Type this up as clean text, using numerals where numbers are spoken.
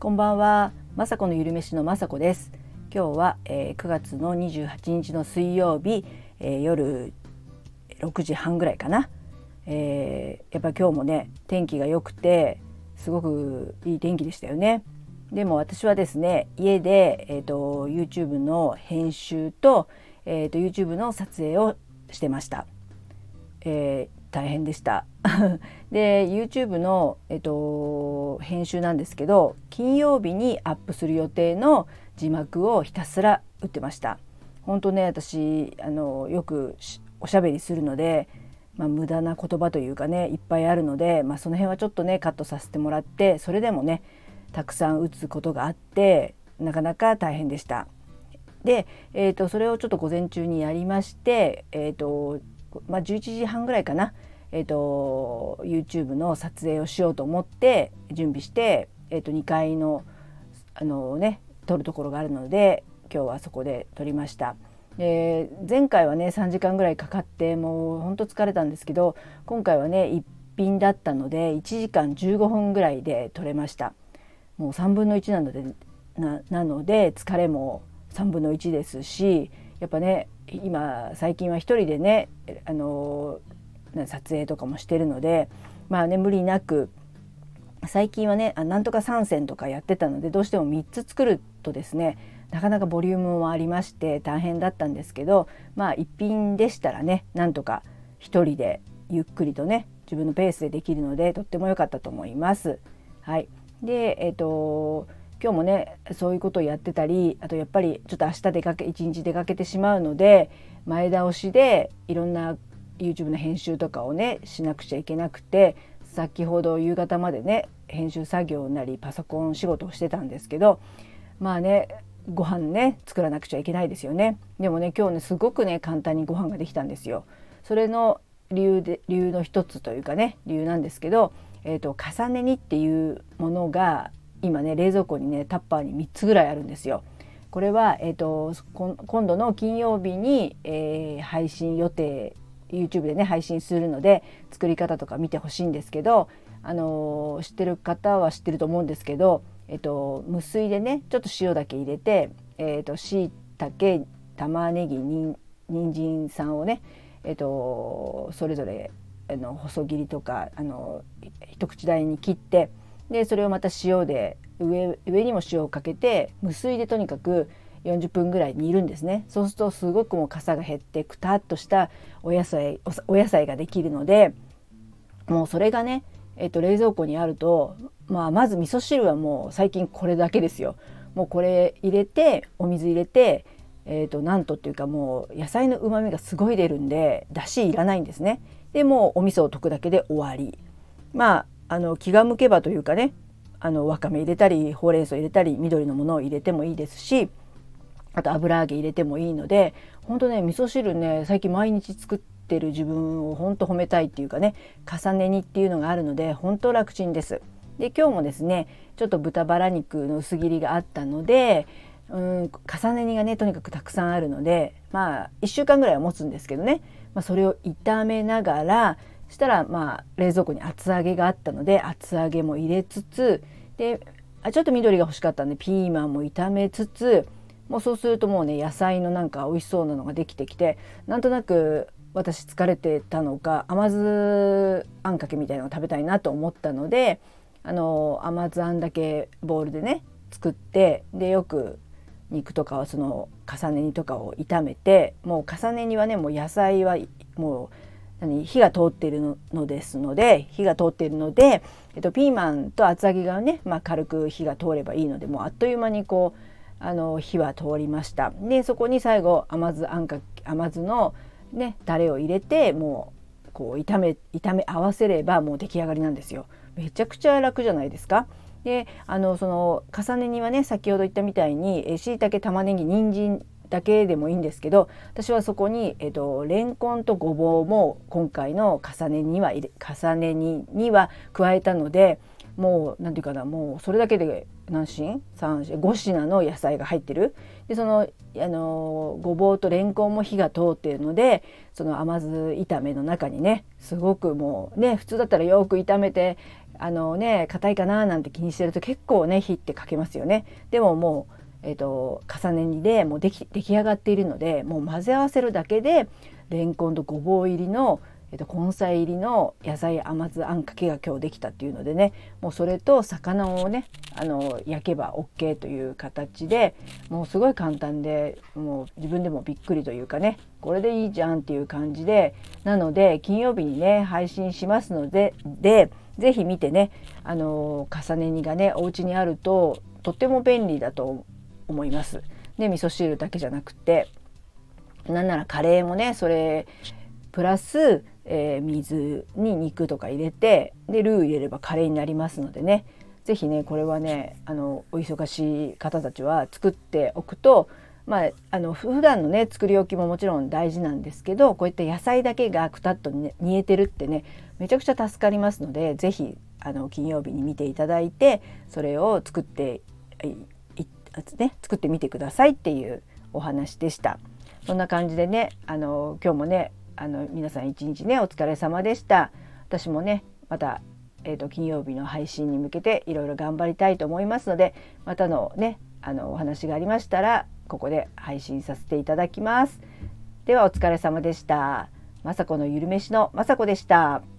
こんばんは、まさこのゆるめしのまさこです。今日は、9月の28日の水曜日、夜6時半ぐらいかな。やっぱ今日もね天気が良くてすごくいい天気でしたよね。でも私はですね家で、YouTube の編集と、YouTube の撮影をしてました。大変でしたで YouTube の、編集なんですけど、金曜日にアップする予定の字幕をひたすら打ってました。本当ね、私よくおしゃべりするので、無駄な言葉というかねいっぱいあるので、その辺はちょっとねカットさせてもらって、それでもねたくさん打つことがあってなかなか大変でした。で、それをちょっと午前中にやりまして、11時半ぐらいかな、YouTube の撮影をしようと思って準備して、2階の撮るところがあるので今日はそこで撮りました。前回はね3時間ぐらいかかってもうほんと疲れたんですけど、今回はね一品だったので1時間15分ぐらいで撮れました。もう3分の1なので疲れも3分の1ですし、やっぱね今最近は一人でね撮影とかもしてるので、無理なく最近はねなんとか3選とかやってたので、どうしても3つ作るとですねなかなかボリュームもありまして大変だったんですけど、一品でしたらねなんとか一人でゆっくりとね自分のペースでできるのでとっても良かったと思います。はい。で今日もねそういうことをやってたり、あとやっぱりちょっと明日一日出かけてしまうので前倒しでいろんな YouTube の編集とかをねしなくちゃいけなくて、先ほど夕方までね編集作業なりパソコン仕事をしてたんですけど、ご飯ね作らなくちゃいけないですよね。でもね今日ねすごくね簡単にご飯ができたんですよ。それの理由の一つというかね理由なんですけど、重ね煮っていうものが今ね冷蔵庫にねタッパーに3つぐらいあるんですよ。これは、今度の金曜日に、配信予定 YouTube でね配信するので作り方とか見てほしいんですけど、知ってる方は知ってると思うんですけど、無水でねちょっと塩だけ入れて、椎茸、玉ねぎ、人参さんをね、それぞれ細切りとか一口大に切って、でそれをまた塩で上にも塩をかけて無水でとにかく40分ぐらい煮るんですね。そうするとすごくもうかさが減ってくたっとしたお野菜ができるので、もうそれがね、冷蔵庫にあると、まず味噌汁はもう最近これだけですよ。もうこれ入れてお水入れて、なんとっていうかもう野菜の旨味がすごい出るんでだしいらないんですね。でもうお味噌を溶くだけで終わり。気が向けばというかね、わかめ入れたりほうれん草入れたり緑のものを入れてもいいですし、あと油揚げ入れてもいいので、本当ね味噌汁ね最近毎日作ってる自分を本当褒めたいっていうかね、重ね煮っていうのがあるので本当楽ちんです。で今日もですねちょっと豚バラ肉の薄切りがあったので、重ね煮がねとにかくたくさんあるので1週間ぐらいは持つんですけどね、それを炒めながらしたら冷蔵庫に厚揚げがあったので厚揚げも入れつつ、でちょっと緑が欲しかったんでピーマンも炒めつつ、もうそうするともうね野菜のなんか美味しそうなのができてきて、なんとなく私疲れてたのか甘酢あんかけみたいなのを食べたいなと思ったので、甘酢あんだけボウルでね作って、でよく肉とかをその重ね煮とかを炒めて、もう重ね煮はねもう野菜はもう火が通っているので、ピーマンと厚揚げがね、軽く火が通ればいいので、もうあっという間にこう火は通りました。でそこに最後甘酢のねタレを入れて、もうこう炒め合わせればもう出来上がりなんですよ。めちゃくちゃ楽じゃないですか。でその重ね煮はね先ほど言ったみたいに椎茸、玉ねぎ、人参だけでもいいんですけど、私はそこに、レンコンとごぼうも今回の重ね煮には加えたので、もうなんていうかな、もうそれだけで5品の野菜が入ってる。でそのごぼうとレンコンも火が通っているので、その甘酢炒めの中にねすごくもうね普通だったらよく炒めて硬いかななんて気にしてると結構ね火ってかけますよね。でももう、重ね煮でもう出来上がっているので、もう混ぜ合わせるだけでレンコンとごぼう入りの、根菜入りの野菜甘酢あんかけが今日できたっていうのでね、もうそれと魚をね焼けば OK という形で、もうすごい簡単で、もう自分でもびっくりというかね、これでいいじゃんっていう感じで、なので金曜日にね配信しますのでぜひ見てね、重ね煮がねお家にあるととっても便利だと思います。で味噌汁だけじゃなくて、なんならカレーもねそれプラス、水に肉とか入れて、でルー入れればカレーになりますのでね、ぜひねこれはねお忙しい方たちは作っておくと、普段のね作り置きももちろん大事なんですけど、こういった野菜だけがくたっと、ね、煮えてるってねめちゃくちゃ助かりますので、ぜひ金曜日に見ていただいて、それを作ってみてくださいっていうお話でした。そんな感じでね今日もね皆さん一日ねお疲れ様でした。私もねまた、金曜日の配信に向けていろいろ頑張りたいと思いますので、またのねお話がありましたらここで配信させていただきます。ではお疲れ様でした。まさこのゆるめしのまさこでした。